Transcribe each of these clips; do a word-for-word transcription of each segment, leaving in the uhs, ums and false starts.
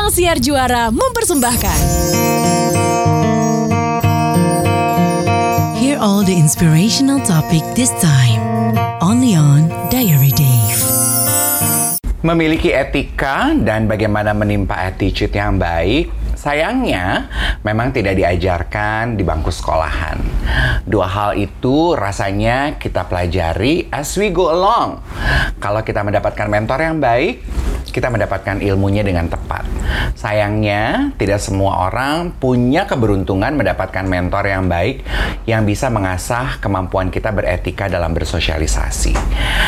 Ruang Siar Juara mempersembahkan. Hear all the inspirational topic this time, only on Diary Dave. Memiliki etika dan bagaimana menimpa attitude yang baik, sayangnya memang tidak diajarkan di bangku sekolahan. Dua hal itu rasanya kita pelajari as we go along. Kalau kita mendapatkan mentor yang baik, kita mendapatkan ilmunya dengan tepat. Sayangnya, tidak semua orang punya keberuntungan mendapatkan mentor yang baik yang bisa mengasah kemampuan kita beretika dalam bersosialisasi.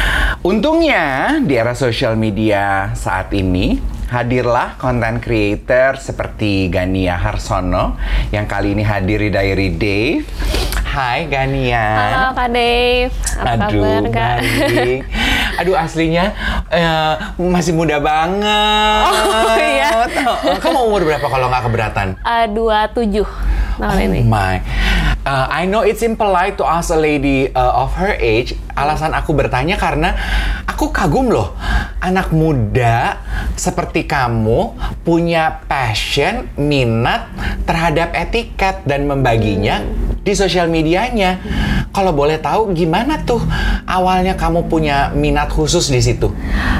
Untungnya, di era sosial media saat ini, hadirlah content creator seperti Gania Harsono yang kali ini hadir di Diary Dave. Hai Gania. Halo Kak Dave. Apa Aduh, kabar Kak? baik. Aduh aslinya uh, masih muda banget. Oh iya. Kamu umur berapa kalau nggak keberatan? Uh, dua puluh tujuh tahun oh ini. my. Uh, I know it's impolite to ask a lady uh, of her age. Alasan aku bertanya karena aku kagum loh. Anak muda seperti kamu punya passion, minat terhadap etiket dan membaginya hmm. di sosial medianya. Kalau boleh tahu gimana tuh awalnya kamu punya minat khusus di situ?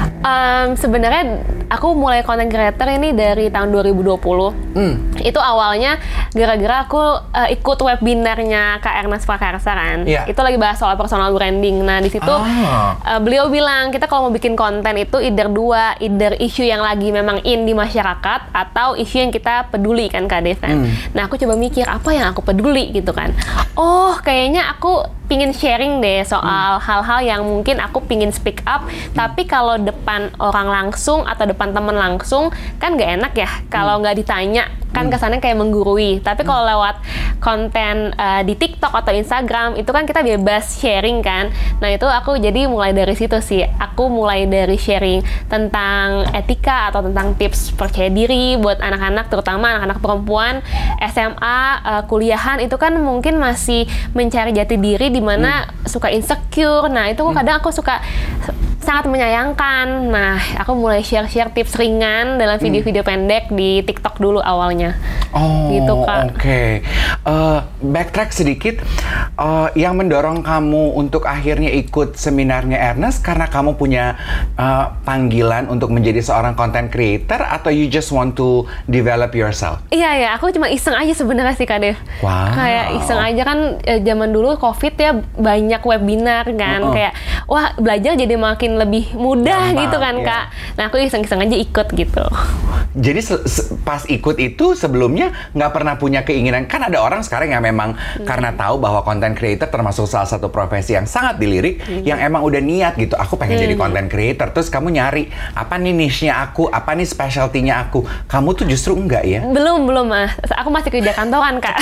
Um, sebenarnya aku mulai content creator ini dari tahun dua ribu dua puluh. Hmm. Itu awalnya gara-gara aku uh, ikut webinarnya Kak Ernest Prakarsa kan. Yeah. Itu lagi bahas soal personal branding. Nah, di situ ah. uh, beliau bilang kita kalau mau bikin konten itu either dua, either isu yang lagi memang in di masyarakat atau isu yang kita peduli kan Kak Dev kan. Hmm. Nah, aku coba mikir apa yang aku peduli gitu kan. Oh, kayaknya aku pingin sharing deh soal hmm. hal-hal yang mungkin aku pingin speak up, hmm. tapi kalau depan orang langsung atau depan teman langsung kan nggak enak ya kalau nggak hmm. ditanya, kan hmm. kesannya kayak menggurui. Tapi kalau lewat konten uh, di TikTok atau Instagram itu kan kita bebas sharing kan. Nah itu aku jadi mulai dari situ sih. Aku mulai dari sharing tentang etika atau tentang tips percaya diri buat anak-anak, terutama anak-anak perempuan S M A, uh, kuliahan itu kan mungkin masih mencari jati diri di mana hmm. suka insecure. Nah itu kadang aku suka sangat menyayangkan. Nah aku mulai share-share tips ringan dalam video-video hmm. pendek di TikTok dulu awalnya. Oh, gitu Kak. Oke. Okay. Uh, backtrack sedikit. Uh, yang mendorong kamu untuk akhirnya ikut seminarnya Ernest karena kamu punya uh, panggilan untuk menjadi seorang content creator atau you just want to develop yourself? Iya ya, aku cuma iseng aja sebenarnya sih Kak Dev. Wow. Kayak iseng aja kan eh, zaman dulu COVID ya banyak webinar kan. Uh-uh. Kayak wah belajar jadi makin lebih mudah Gampang, gitu kan yeah. Kak. Nah aku iseng-iseng aja ikut gitu. Jadi se- se- pas ikut itu sebelumnya nggak pernah punya keinginan, kan ada orang sekarang yang memang hmm. karena tahu bahwa content creator termasuk salah satu profesi yang sangat dilirik, hmm. yang emang udah niat gitu, aku pengen hmm. jadi content creator, terus kamu nyari apa nih niche-nya aku, apa nih specialty-nya aku, kamu tuh justru enggak ya? Belum, belum mas, aku masih kerja kantoran Kak.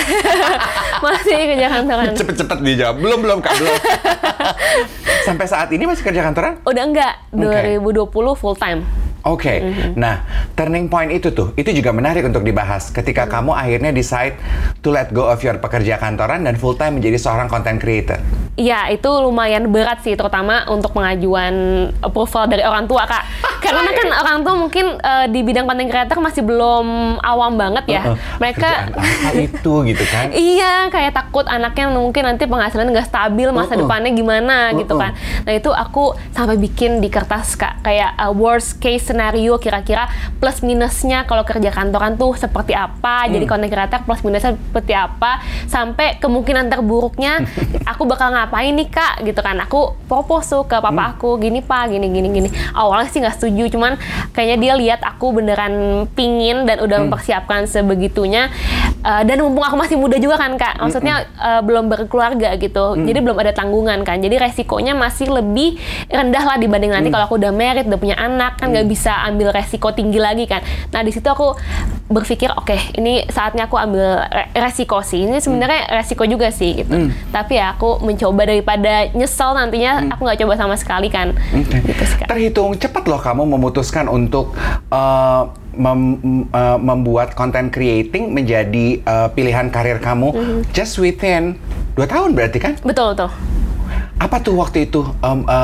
Masih kerja kantoran. Cepet-cepet dijawab, belum, belum Kak, belum. Sampai saat ini masih kerja kantoran? Udah enggak, dua ribu dua puluh full time. Oke, okay. mm-hmm. Nah turning point itu tuh, itu juga menarik untuk dibahas ketika mm. kamu akhirnya decide to let go of your pekerja kantoran dan full time menjadi seorang content creator. Iya, itu lumayan berat sih, terutama untuk pengajuan approval dari orang tua Kak. Karena kan orang tua mungkin uh, di bidang content creator masih belum awam banget ya. Uh-uh. Mereka kerjaan apa itu gitu kan? Iya, kayak takut anaknya mungkin nanti penghasilan nggak stabil, masa uh-uh. depannya gimana uh-uh. gitu kan. Nah itu aku sampai bikin di kertas Kak, kayak uh, worst case scenario kira-kira plus minusnya kalau kerja kantoran tuh seperti apa, hmm. jadi content creator plus minusnya seperti apa, sampai kemungkinan terburuknya aku bakal ngapain nih Kak gitu kan. Aku propose tuh ke papa hmm. aku, gini Pak, gini gini gini. Awalnya sih nggak setuju, cuman kayaknya dia lihat aku beneran pingin dan udah hmm. mempersiapkan sebegitunya. Uh, dan mumpung aku masih muda juga kan Kak, maksudnya uh, belum berkeluarga gitu, hmm. jadi belum ada tanggungan kan, jadi resikonya masih lebih rendah lah dibanding nanti hmm. kalau aku udah married, udah punya anak kan nggak hmm. bisa ambil resiko tinggi lagi kan. Nah di situ aku berpikir oke okay, ini saatnya aku ambil resiko sih, ini sebenarnya resiko juga sih gitu, hmm. tapi ya aku mencoba daripada nyesel nantinya hmm. aku nggak coba sama sekali kan. Okay. Gitu sih, Kak. Terhitung cepat loh kamu memutuskan untuk uh, Mem, uh, membuat content creating menjadi uh, pilihan karir kamu mm-hmm. just within dua tahun berarti kan? Betul, betul. Apa tuh waktu itu um, uh,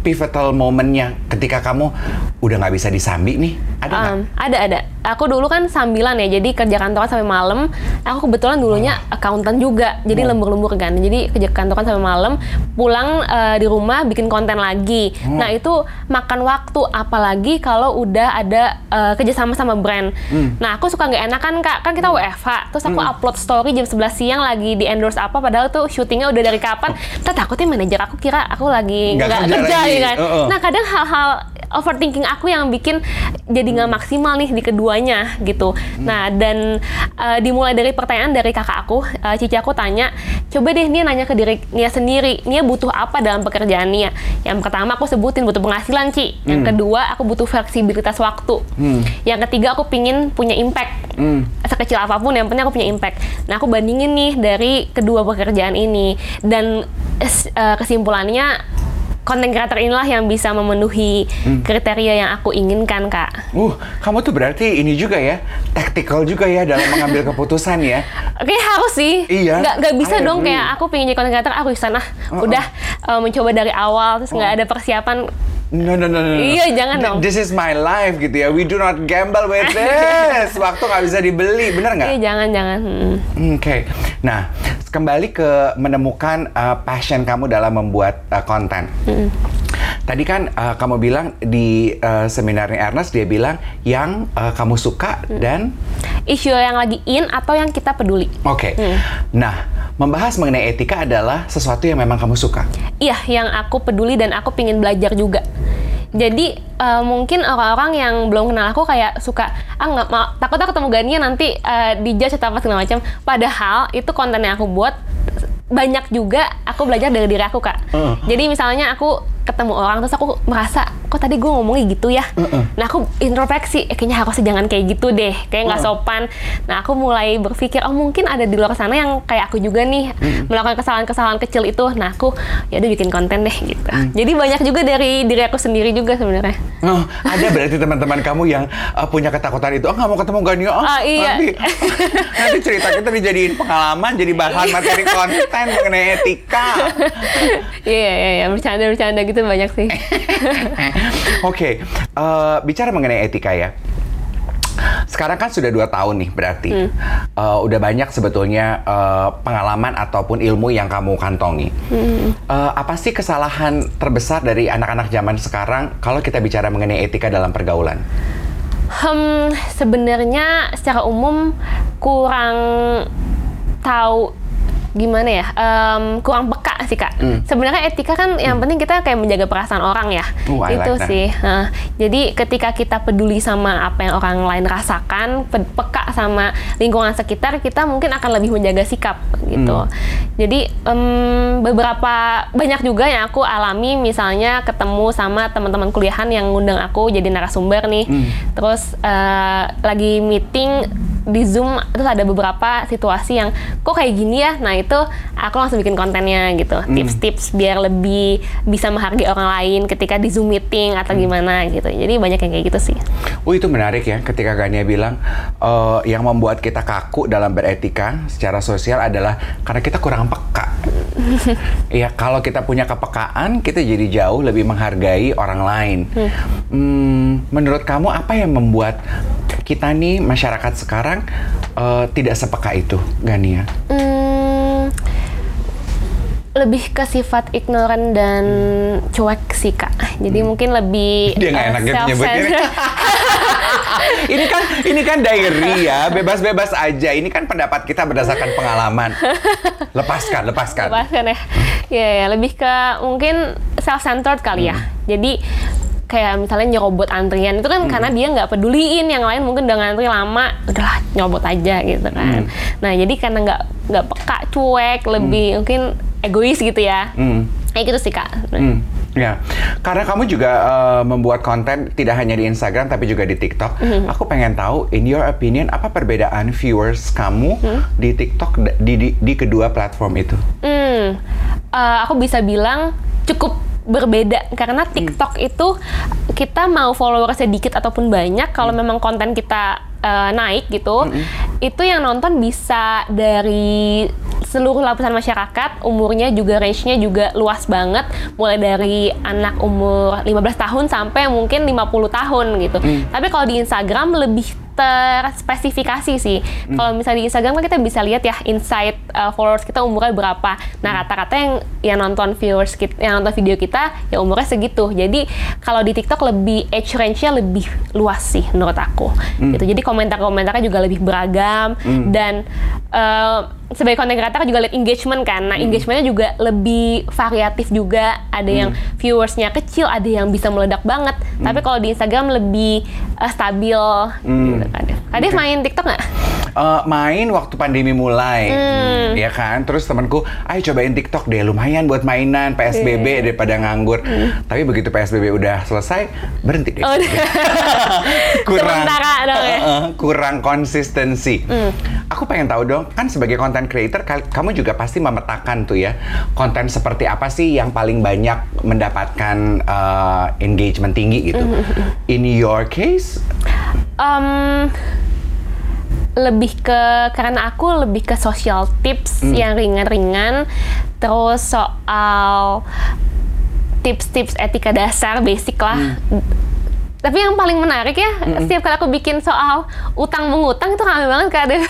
pivotal momennya ketika kamu udah nggak bisa disambi nih? Ada nggak? Um, ada ada. Aku dulu kan sambilan ya, jadi kerja kantoran sampai malam. Aku kebetulan dulunya oh. accountant juga, jadi oh. lembur-lembur kan. Jadi kerja kantoran sampai malam, pulang uh, di rumah bikin konten lagi. Oh. Nah itu makan waktu, apalagi kalau udah ada uh, kerjasama sama brand. Hmm. Nah aku suka nggak enakan kak, kan kita W F H, terus aku hmm. upload story jam sebelas siang lagi di endorse apa, padahal tuh syutingnya udah dari kapan. Oh. Takutnya manajer aku kira aku lagi nggak kerja ya kan. Uh -uh. Nah kadang hal-hal overthinking aku yang bikin jadi nggak maksimal nih di keduanya gitu. Hmm. Nah dan uh, dimulai dari pertanyaan dari kakak aku, uh, cici aku tanya, coba deh Nia nanya ke diri Nia sendiri, Nia butuh apa dalam pekerjaan Nia? Yang pertama aku sebutin butuh penghasilan Ci, yang hmm. kedua aku butuh fleksibilitas waktu, hmm. yang ketiga aku pingin punya impact, hmm. sekecil apapun yang penting aku punya impact. Nah aku bandingin nih dari kedua pekerjaan ini dan uh, kesimpulannya konten creator inilah yang bisa memenuhi hmm. kriteria yang aku inginkan, Kak. Uh, kamu tuh berarti ini juga ya, tactical juga ya dalam mengambil keputusan ya? Oke, harus sih. Iya. Gak, gak bisa I dong agree. Kayak aku pengen jadi konten creator, aku di sana uh -uh. udah uh, mencoba dari awal, terus nggak uh. ada persiapan. No, no, no, no. Iya, jangan dong. This is my life gitu ya. We do not gamble with this. Waktu nggak bisa dibeli, bener nggak? Iya, jangan, jangan. Hmm. Oke. Okay. Nah, kembali ke menemukan uh, passion kamu dalam membuat uh, konten. Hmm. Tadi kan uh, kamu bilang di uh, seminarnya Ernest, dia bilang yang uh, kamu suka hmm. dan isu yang lagi in atau yang kita peduli. Oke. Okay. Hmm. Nah, membahas mengenai etika adalah sesuatu yang memang kamu suka. Iya, yang aku peduli dan aku pingin belajar juga. Jadi uh, mungkin orang-orang yang belum kenal aku kayak suka ah nggak mau, takutnya ketemu Gania nanti uh, dijudge atau apa segala macam. Padahal itu konten yang aku buat banyak juga aku belajar dari diri aku, Kak. Uh. Jadi misalnya aku ketemu orang terus aku merasa kok tadi gue ngomongnya gitu ya. Uh-uh. Nah aku introspeksi, eh, kayaknya harusnya jangan kayak gitu deh, kayak nggak uh. sopan. Nah aku mulai berpikir oh mungkin ada di luar sana yang kayak aku juga nih uh. melakukan kesalahan-kesalahan kecil itu. Nah aku ya udah bikin konten deh gitu. Uh. Jadi banyak juga dari diri aku sendiri juga sebenarnya. Oh, ada berarti teman-teman kamu yang uh, punya ketakutan itu, oh nggak mau ketemu Gania, oh, uh, iya. nanti nanti cerita kita dijadiin pengalaman, jadi bahan materi konten mengenai etika. Iya iya iya, bercanda-bercanda gitu banyak sih. Oke, okay. uh, bicara mengenai etika ya. Sekarang kan sudah dua tahun nih berarti. Hmm. Uh, udah banyak sebetulnya uh, pengalaman ataupun ilmu yang kamu kantongi. Hmm. Uh, apa sih kesalahan terbesar dari anak-anak zaman sekarang kalau kita bicara mengenai etika dalam pergaulan? Hmm, sebenarnya secara umum kurang tahu gimana ya, um, kurang peka sih Kak. Hmm. Sebenarnya etika kan yang penting kita kayak menjaga perasaan orang ya. Uh, itu like sih. Nah, jadi ketika kita peduli sama apa yang orang lain rasakan, pe peka sama lingkungan sekitar, kita mungkin akan lebih menjaga sikap gitu. Hmm. Jadi um, beberapa banyak juga yang aku alami, misalnya ketemu sama teman-teman kuliahan yang ngundang aku jadi narasumber nih. Hmm. Terus uh, lagi meeting di Zoom, terus ada beberapa situasi yang kok kayak gini ya. Nah itu aku langsung bikin kontennya gitu, tips-tips hmm. biar lebih bisa menghargai orang lain ketika di Zoom meeting atau gimana gitu. Jadi banyak yang kayak gitu sih. Oh itu menarik ya, ketika Gania bilang uh, yang membuat kita kaku dalam beretika secara sosial adalah karena kita kurang peka. Iya, kalau kita punya kepekaan, kita jadi jauh lebih menghargai orang lain. Hmm. Hmm, menurut kamu apa yang membuat kita nih masyarakat sekarang uh, tidak sepeka itu, Gania? Hmm, lebih ke sifat ignoran dan cuek sih Kak. Jadi hmm. mungkin lebih dia nggak uh, enak gitu nyebutnya. Ini kan ini kan diary ya, bebas-bebas aja. Ini kan pendapat kita berdasarkan pengalaman. Lepaskan, lepaskan. Lepaskan ya. Ya, ya lebih ke mungkin self-centered kali hmm. ya. Jadi kayak misalnya nyerobot antrian itu kan hmm. karena dia nggak peduliin yang lain mungkin udah ngantri lama, udahlah nyobot aja gitu kan. Hmm. Nah jadi karena nggak nggak peka, cuek, lebih hmm. mungkin egois gitu ya. Hmm. Kayak gitu sih Kak. Hmm. Ya, karena kamu juga uh, membuat konten tidak hanya di Instagram tapi juga di TikTok. Mm-hmm. Aku pengen tahu, in your opinion, apa perbedaan viewers kamu mm-hmm. di TikTok di, di di kedua platform itu? Mm, uh, aku bisa bilang cukup berbeda karena TikTok hmm. itu kita mau follower sedikit ataupun banyak, kalau hmm. memang konten kita uh, naik gitu, hmm. itu yang nonton bisa dari seluruh lapisan masyarakat, umurnya juga range-nya juga luas banget, mulai dari anak umur lima belas tahun sampai mungkin lima puluh tahun gitu. Hmm. Tapi kalau di Instagram lebih terspesifikasi sih. Hmm. Kalau misalnya di Instagram kan kita bisa lihat ya insight uh, followers kita umurnya berapa. Nah rata-rata yang yang nonton viewers kita, yang nonton video kita ya umurnya segitu. Jadi kalau di TikTok lebih age range-nya lebih luas sih menurut aku. Hmm. Gitu. Jadi komentar-komentarnya juga lebih beragam hmm. dan uh, sebagai content creator juga lihat engagement kan. Nah, hmm. engagementnya juga lebih variatif juga. Ada hmm. yang viewersnya kecil, ada yang bisa meledak banget. Hmm. Tapi kalau di Instagram lebih uh, stabil. Hmm. Gitu, Kadif. Kadif okay. main TikTok nggak? Uh, main waktu pandemi mulai, hmm. ya kan. Terus temanku, ayo cobain TikTok deh, lumayan buat mainan P S B B yeah. daripada nganggur. Hmm. Tapi begitu P S B B udah selesai, berhenti deh. Oh, kurang, dong, ya? uh, uh, kurang konsistensi. Hmm. Aku pengen tahu dong, kan sebagai content creator, kamu juga pasti memetakan tuh ya, konten seperti apa sih yang paling banyak mendapatkan uh, engagement tinggi gitu. Mm-hmm. In your case? Um, lebih ke, karena aku lebih ke social tips mm. yang ringan-ringan, terus soal tips-tips etika dasar, basic lah. Mm. Tapi yang paling menarik ya, mm-hmm. setiap kali aku bikin soal utang mengutang itu rame banget Kak Dev.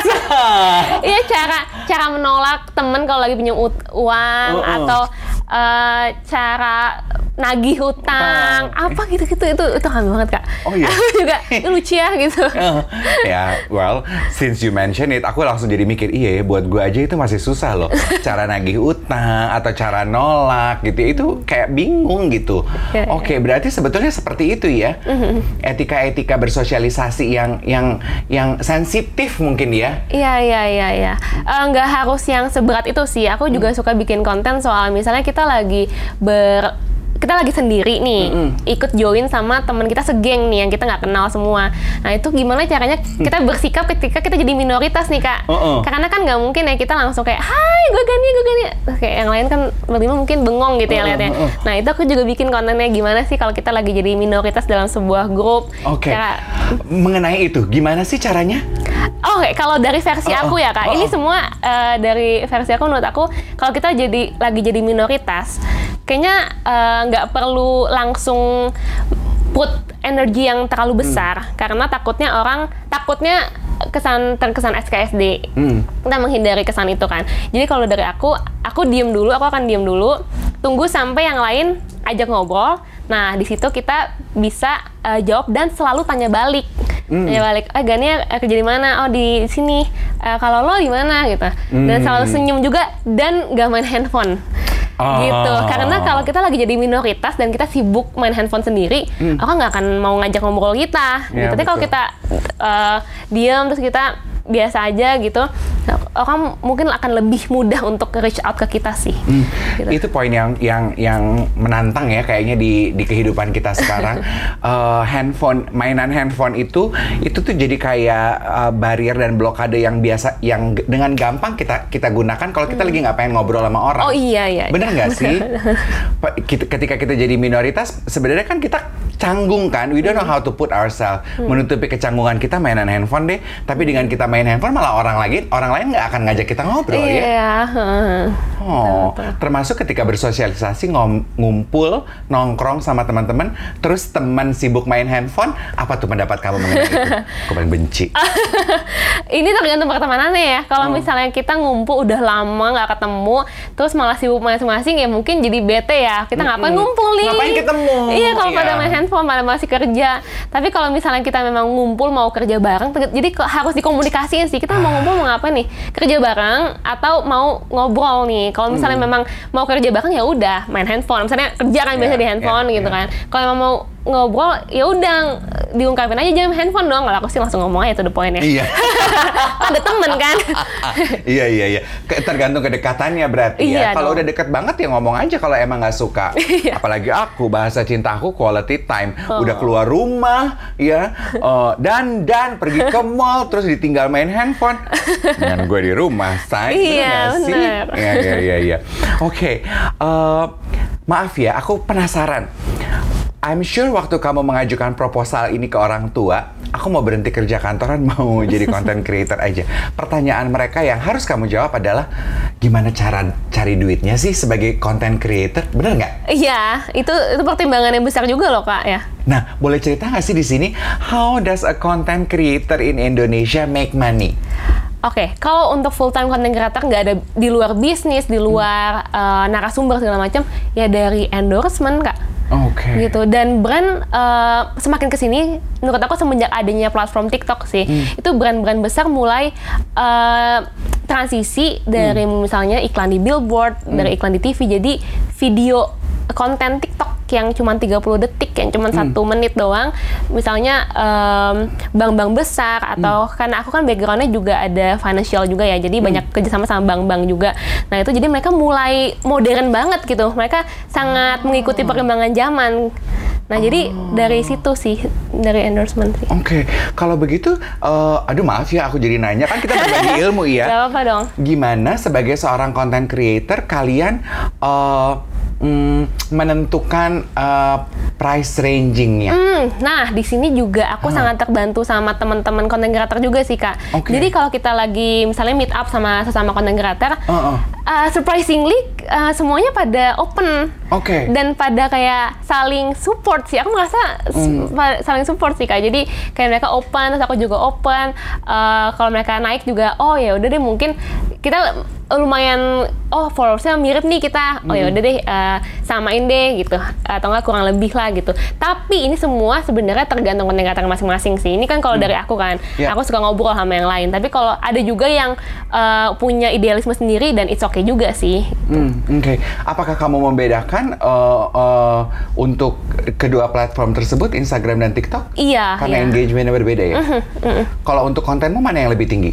Iya, cara cara menolak temen kalau lagi pinjam ut- uang uh-uh. atau uh, cara nagih hutang, uh, apa gitu-gitu itu itu rame banget Kak. Oh iya. Aku juga itu lucu ya gitu. Uh, ya, yeah, well, since you mention it, aku langsung jadi mikir, iya buat gue aja itu masih susah loh. Cara nagih utang atau cara nolak gitu, itu kayak bingung gitu. Yeah, Oke, okay, yeah. berarti sebetulnya seperti itu ya. Mm-hmm. Etika-etika bersosialisasi yang yang yang sensitif mungkin ya. Iya, iya, iya, iya. Nggak harus yang seberat itu sih. Aku juga mm. suka bikin konten soal misalnya kita lagi ber kita lagi sendiri nih, mm-hmm. ikut join sama teman kita segeng nih yang kita nggak kenal semua. Nah itu gimana caranya kita bersikap ketika kita jadi minoritas nih Kak? Uh-uh. Karena kan nggak mungkin ya kita langsung kayak, hai gue Gani, gue Gani. Kayak yang lain kan berlima mungkin bengong gitu ya uh-uh. liatnya. Uh-uh. Nah itu aku juga bikin kontennya gimana sih kalau kita lagi jadi minoritas dalam sebuah grup. Oke. Okay. Cara... Mengenai itu, gimana sih caranya? Oh, okay. Kalau dari versi uh-uh. aku ya Kak, uh-uh. ini semua uh, dari versi aku menurut aku kalau kita jadi lagi jadi minoritas, kayaknya nggak uh, perlu langsung put energi yang terlalu besar hmm. karena takutnya orang takutnya kesan terkesan S K S D. Hmm. Kita menghindari kesan itu kan. Jadi kalau dari aku, aku diem dulu, aku akan diem dulu, tunggu sampai yang lain ajak ngobrol. Nah di situ kita bisa uh, jawab dan selalu tanya balik. Hmm. Tanya balik, ah Gani kerja di mana? Oh di sini. Uh, kalau lo di mana gitu. Hmm. Dan selalu senyum juga dan nggak main handphone. Oh. Gitu, karena kalau kita lagi jadi minoritas dan kita sibuk main handphone sendiri, hmm. orang nggak akan mau ngajak ngobrol kita. Ya, gitu. Tapi kalau kita uh, diam terus kita biasa aja gitu, orang mungkin akan lebih mudah untuk reach out ke kita sih. Hmm. Gitu. Itu poin yang yang yang menantang ya kayaknya di di kehidupan kita sekarang. uh, handphone, mainan handphone itu itu tuh jadi kayak uh, barrier dan blokade yang biasa yang dengan gampang kita kita gunakan kalau kita hmm. lagi nggak pengen ngobrol sama orang. Oh iya iya. Bener nggak sih? Ketika kita jadi minoritas, sebenarnya kan kita canggung kan, we don't know how to put ourselves. Hmm. Menutupi kecanggungan kita mainan handphone deh, tapi dengan kita main handphone malah orang lagi orang lain nggak akan ngajak kita ngobrol iya. ya. Iya. Oh, betul, betul. Termasuk ketika bersosialisasi ngom, ngumpul nongkrong sama teman-teman, terus teman sibuk main handphone, apa tuh pendapat kamu mengenai itu? Aku paling benci. Ini tergantung pertemanannya ya. Kalau hmm. misalnya kita ngumpul udah lama nggak ketemu, terus malah sibuk masing-masing ya mungkin jadi bete ya. Kita mm-hmm. ngapain ngumpul nih? Ngapain ketemu? Iya kalau yeah. pada main handphone malah masih kerja. Tapi kalau misalnya kita memang ngumpul mau kerja bareng, jadi harus dikomunikasiin sih. Kita mau ngumpul mau ngapain nih? Kerja bareng atau mau ngobrol nih? Kalau misalnya mm. memang mau kerja bareng ya udah main handphone. Misalnya kerja kan yeah, biasa di handphone yeah, gitu yeah. kan. Kalau memang mau ngobrol ya udah diungkapin aja jangan handphone dong. Kalau aku sih langsung ngomong aja to the point ya. Iya. Ada temen kan. Iya iya iya. Tergantung kedekatannya berarti iya ya. Kalau udah deket banget ya ngomong aja kalau emang nggak suka. Iya. Apalagi aku bahasa cintaku quality time. Oh. Udah keluar rumah ya uh, dan dan pergi ke mall terus ditinggal main handphone. Dengan gue di rumah, say. Iya benar. Iya iya iya iya. Oke. Okay. Uh, maaf ya, aku penasaran. I'm sure waktu kamu mengajukan proposal ini ke orang tua, aku mau berhenti kerja kantoran, mau jadi content creator aja. Pertanyaan mereka yang harus kamu jawab adalah, gimana cara cari duitnya sih sebagai content creator? Bener nggak? Iya, itu itu pertimbangan yang besar juga loh Kak ya. Nah, boleh cerita nggak sih di sini, how does a content creator in Indonesia make money? Oke, okay, kalau untuk full time content creator nggak ada di luar bisnis, di luar hmm. uh, narasumber segala macam, ya dari endorsement Kak. Oke. Okay. Gitu, dan brand uh, semakin kesini, menurut aku semenjak adanya platform TikTok sih, hmm. itu brand-brand besar mulai uh, transisi dari hmm. misalnya iklan di billboard, hmm. dari iklan di T V, jadi video konten TikTok yang cuma tiga puluh detik, yang cuma satu hmm. menit doang, misalnya um, bank-bank besar atau hmm. karena aku kan backgroundnya juga ada financial juga ya, jadi hmm. banyak kerjasama sama bank-bank juga. Nah itu jadi mereka mulai modern banget gitu, mereka sangat mengikuti perkembangan zaman. Nah oh. jadi dari situ sih, dari endorsement sih. Oke, okay. Kalau begitu, uh, aduh maaf ya aku jadi nanya, kan kita berbagi ilmu ya. Gak apa-apa dong. Gimana sebagai seorang content creator kalian uh, mm, menentukan uh, price ranging-nya? Hmm, nah di sini juga aku huh. sangat terbantu sama teman-teman content creator juga sih Kak. Okay. Jadi kalau kita lagi misalnya meet up sama sesama content creator, uh-uh. uh, surprisingly uh, semuanya pada open. Oke. Okay. Dan pada kayak saling support sih. Aku merasa mm. saling support sih Kak. Jadi kayak mereka open, terus aku juga open. Uh, kalau mereka naik juga, oh ya udah deh mungkin kita lumayan, oh followersnya mirip nih kita, oh ya udah deh uh, samain deh gitu, atau enggak kurang lebih lah gitu. Tapi ini semua sebenarnya tergantung content creator masing-masing sih. Ini kan kalau hmm. dari aku kan, yeah. aku suka ngobrol sama yang lain. Tapi kalau ada juga yang uh, punya idealisme sendiri dan it's okay juga sih. Hmm, Oke, okay. Apakah kamu membedakan uh, uh, untuk kedua platform tersebut, Instagram dan TikTok? Iya. Karena iya. engagementnya berbeda ya. Uh-huh, uh-huh. Kalau untuk kontenmu mana yang lebih tinggi?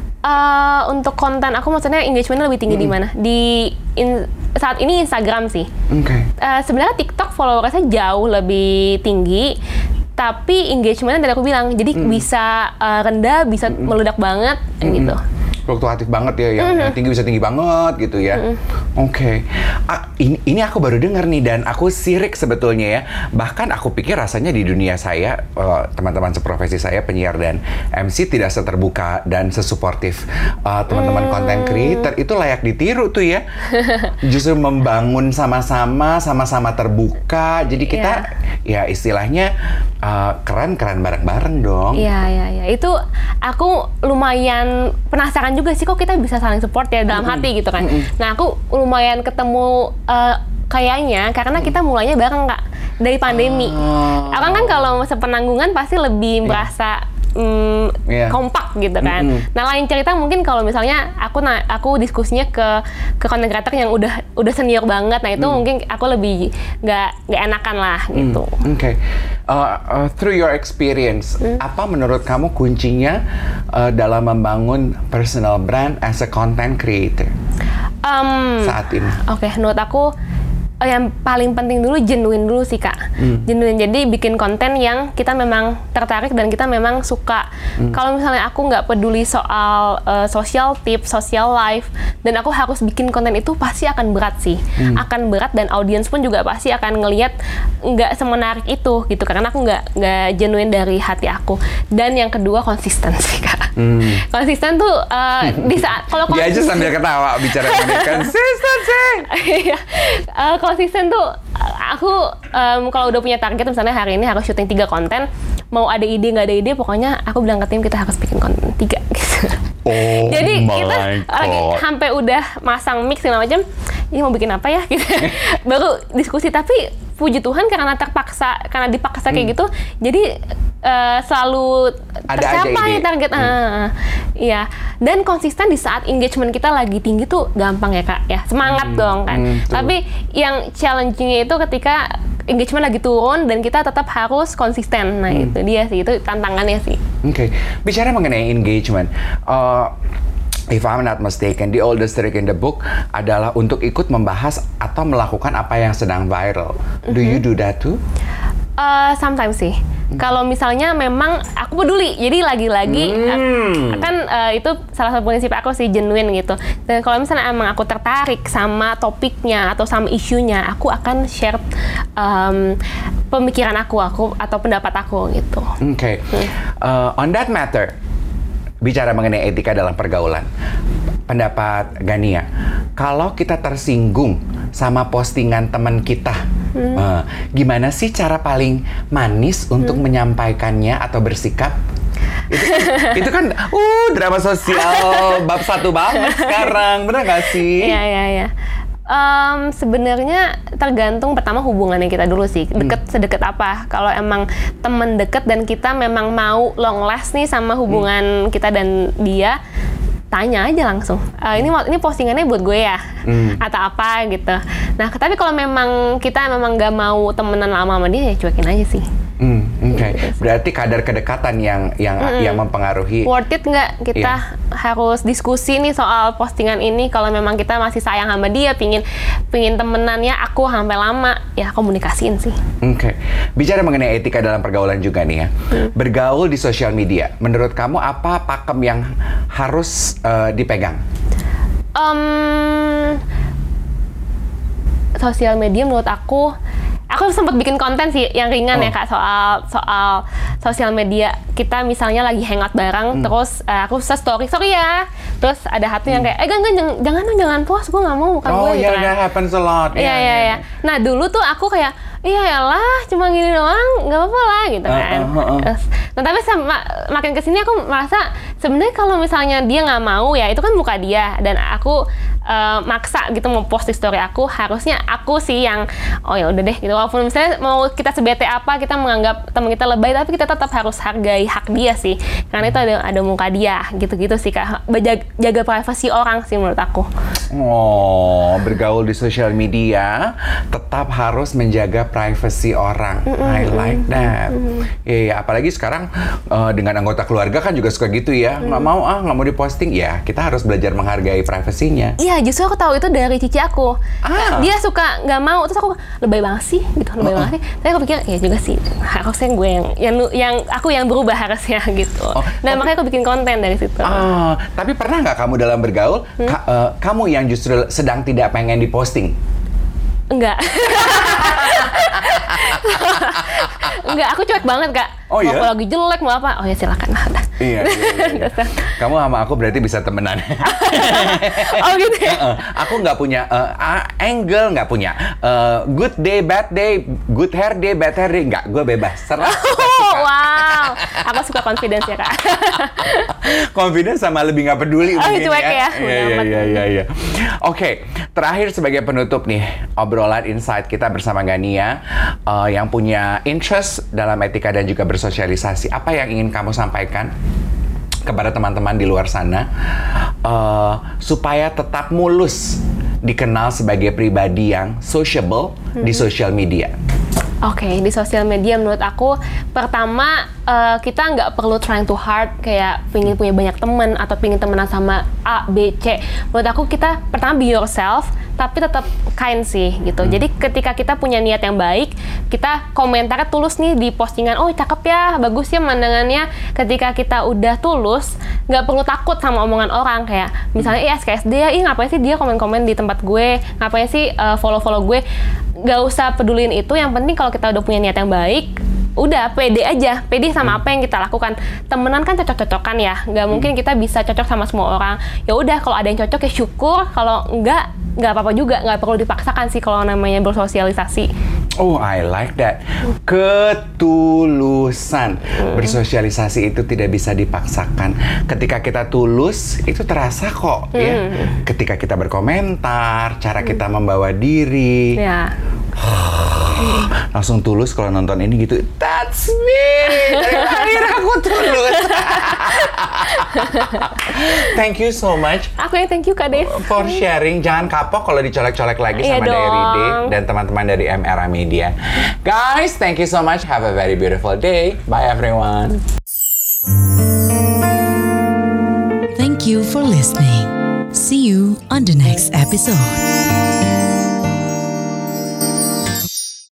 Uh, untuk konten aku maksudnya engagementnya lebih tinggi hmm. di mana? Di in, saat ini Instagram sih. Oke. Okay. Uh, sebenarnya TikTok followersnya jauh lebih tinggi, tapi engagementnya tadi aku bilang, jadi hmm. bisa uh, rendah, bisa hmm. meledak banget, hmm. gitu. Fluktuatif banget ya, yang, mm-hmm. yang tinggi bisa tinggi banget gitu ya. Mm-hmm. Oke, okay. ah, ini, ini aku baru dengar nih dan aku sirik sebetulnya ya. Bahkan aku pikir rasanya di dunia saya, uh, teman-teman seprofesi saya penyiar dan M C tidak seterbuka dan sesuportif uh, teman-teman mm. content creator. Itu layak ditiru tuh ya. Justru membangun sama-sama, sama-sama terbuka. Jadi kita yeah. ya istilahnya uh, keren-keren bareng-bareng dong. Iya, yeah, iya, yeah, iya. Yeah. Itu aku lumayan penasaran juga sih kok kita bisa saling support ya dalam mm-hmm. hati gitu kan. Mm-hmm. Nah aku lumayan ketemu uh, kayaknya karena kita mulainya bareng Kak dari pandemi. Oh. Aku kan kalau sepenanggungan pasti lebih yeah. merasa um, yeah. kompak gitu kan. Mm-hmm. Nah lain cerita mungkin kalau misalnya aku na- aku diskusinya ke ke content creator yang udah udah senior banget, nah itu mm. mungkin aku lebih nggak nggak enakan lah gitu. Mm. Oke. Okay. Uh, uh, through your experience, hmm. apa menurut kamu kuncinya uh, dalam membangun personal brand as a content creator um, saat ini? Oke, okay, menurut aku uh, yang paling penting dulu genuine dulu sih Kak. Hmm. Genuine, jadi bikin konten yang kita memang tertarik dan kita memang suka. Hmm. Kalau misalnya aku nggak peduli soal uh, social tips, social life, dan aku harus bikin konten itu pasti akan berat sih. Hmm. Akan berat dan audiens pun juga pasti akan ngelihat nggak semenarik itu gitu, karena aku nggak nggak genuine dari hati aku. Dan yang kedua konsisten sih Kak. Hmm. Konsisten tuh uh, di saat kalau dia aja sambil ketawa bicara konsisten sih. uh, konsisten tuh aku um, kalau udah punya target misalnya hari ini harus syuting tiga konten, mau ada ide nggak ada ide, pokoknya aku bilang ke tim kita harus bikin konten tiga gitu. Oh jadi my kita God. lagi sampai udah masang mix segala macam, ini mau bikin apa ya gitu. Baru diskusi, tapi puji Tuhan karena terpaksa, karena dipaksa kayak hmm. gitu, jadi uh, selalu ada tercapai target. Hmm. Uh, iya. Dan konsisten di saat engagement kita lagi tinggi tuh gampang ya Kak, ya semangat hmm. dong kan. Hmm, tapi yang challenging-nya itu ketika engagement lagi turun dan kita tetap harus konsisten. Nah hmm. itu dia sih, itu tantangannya sih. Oke, okay. Bicara mengenai engagement, uh, if I'm not mistaken, the oldest trick in the book adalah untuk ikut membahas atau melakukan apa yang sedang viral. Mm-hmm. Do you do that too? Uh, sometimes sih. Hmm. Kalau misalnya memang aku peduli, jadi lagi-lagi hmm. kan uh, itu salah satu prinsip aku sih, genuine gitu. Dan kalau misalnya emang aku tertarik sama topiknya atau sama isunya, aku akan share um, pemikiran aku, aku atau pendapat aku gitu. Oke, okay. hmm. uh, on that matter, bicara mengenai etika dalam pergaulan, pendapat Gania, kalau kita tersinggung sama postingan teman kita, hmm. uh, gimana sih cara paling manis untuk hmm. menyampaikannya atau bersikap? itu, itu kan uh drama sosial bab satu banget sekarang, bener gak sih? Iya iya iya. Um, sebenarnya tergantung pertama hubungannya kita dulu sih, deket hmm. sedekat apa. Kalau emang temen deket dan kita memang mau long last nih sama hubungan hmm. kita dan dia, tanya aja langsung, e, ini ini postingannya buat gue ya, hmm. atau apa gitu. Nah, tapi kalau memang kita memang gak mau temenan lama sama dia, ya cuekin aja sih. Hmm, Oke, okay. Berarti kadar kedekatan yang yang mm-hmm. yang mempengaruhi. Worth it nggak kita yeah. harus diskusi nih soal postingan ini. Kalau memang kita masih sayang sama dia, pingin pingin temenannya aku sampai lama, ya komunikasiin sih. Oke, okay. Bicara mengenai etika dalam pergaulan juga nih ya, hmm. bergaul di sosial media. Menurut kamu apa pakem yang harus uh, dipegang? Um, sosial media menurut aku. Aku sempat bikin konten sih yang ringan oh. ya Kak, soal soal sosial media. Kita misalnya lagi hangout bareng, hmm. terus uh, aku bisa story, sorry ya. Terus ada satu yang kayak, eh enggak, enggak, jangan, jangan, jangan post, gue nggak mau, bukan oh, gue gitu ya, kan. Oh iya, happens a lot. Iya, iya, iya. Nah dulu tuh aku kayak, iya lah, cuma gini doang, nggak apa-apa lah gitu kan. Uh, uh, uh, uh. Terus, nah tapi sama, makin kesini aku merasa sebenarnya kalau misalnya dia nggak mau ya itu kan bukan dia, dan aku uh, maksa gitu mau post di story aku, harusnya aku sih yang oh ya udah deh gitu. Walaupun misalnya mau kita sebete apa, kita menganggap teman kita lebay, tapi kita tetap harus hargai hak dia sih, karena itu ada ada muka dia gitu-gitu sih Kak. Jaga, jaga privasi orang sih menurut aku. Oh, bergaul di sosial media tetap harus menjaga privasi orang. Mm-hmm. I like that. Mm-hmm. Ya, apalagi sekarang uh, dengan anggota keluarga kan juga suka gitu ya. Mm-hmm. Nggak mau ah, nggak mau diposting. Ya, kita harus belajar menghargai privasinya. Iya, justru aku tahu itu dari cici aku. Ah. Dia suka nggak mau, terus aku lebay banget sih, gitu, lebay uh-uh. banget sih. Tapi aku pikir ya juga sih, harusnya gue yang yang, yang aku yang berubah harusnya gitu. Oh, Dan tapi, makanya aku bikin konten dari situ. Ah, tapi pernah nggak kamu dalam bergaul, hmm? ka, uh, kamu yang justru sedang tidak pengen diposting? Enggak. Enggak, aku cuek banget Kak. Oh iya? Mau lagi jelek, mau apa, oh ya silakan lah. Iya, iya, iya. Kamu sama aku berarti bisa temenan. Oh gitu ya? Uh, uh, aku nggak punya uh, angle, nggak punya uh, good day, bad day, good hair day, bad hair day. Nggak, gue bebas. Serah. Oh, wow, aku suka confidence ya Kak. Confidence sama lebih nggak peduli. Oh cuek ya? Iya, iya, iya, iya, iya. Oke, terakhir sebagai penutup nih, obrolan insight kita bersama Gania uh, yang punya interest dalam etika dan juga bersosialisasi. Apa yang ingin kamu sampaikan kepada teman-teman di luar sana uh, supaya tetap mulus dikenal sebagai pribadi yang sociable hmm. di sosial media? Oke, okay, di sosial media menurut aku pertama uh, kita nggak perlu trying too hard kayak pengen punya banyak teman atau pengen temenan sama A, B, C. Menurut aku kita pertama be yourself, tapi tetap kind sih gitu. Hmm. Jadi ketika kita punya niat yang baik, kita komentarnya tulus nih di postingan, oh cakep ya, bagus ya pemandangannya. Ketika kita udah tulus, nggak perlu takut sama omongan orang kayak misalnya, iya S K S D ya, ih ngapain sih dia komen-komen di tempat gue, ngapain sih uh, follow-follow gue. Gak usah peduliin itu, yang penting kalau kita udah punya niat yang baik, udah pede aja, pede sama hmm. apa yang kita lakukan. Temenan kan cocok-cocokan ya, nggak hmm. mungkin kita bisa cocok sama semua orang. Ya udah kalau ada yang cocok ya syukur, kalau enggak nggak apa-apa juga, nggak perlu dipaksakan sih kalau namanya bersosialisasi. Oh, I like that. Ketulusan. Hmm. Bersosialisasi itu tidak bisa dipaksakan. Ketika kita tulus, itu terasa kok. Hmm. Ya. Ketika kita berkomentar, cara kita hmm. membawa diri. Ya. Langsung tulus kalau nonton ini gitu. That's me. Dari lahir aku tulus. Thank you so much. Aku yang thank you Kak Dev. For sharing. Jangan kapok kalau dicolek-colek lagi iya sama dong. Diary Day dan teman-teman dari M Era Media. Guys, thank you so much. Have a very beautiful day. Bye everyone. Thank you for listening. See you on the next episode.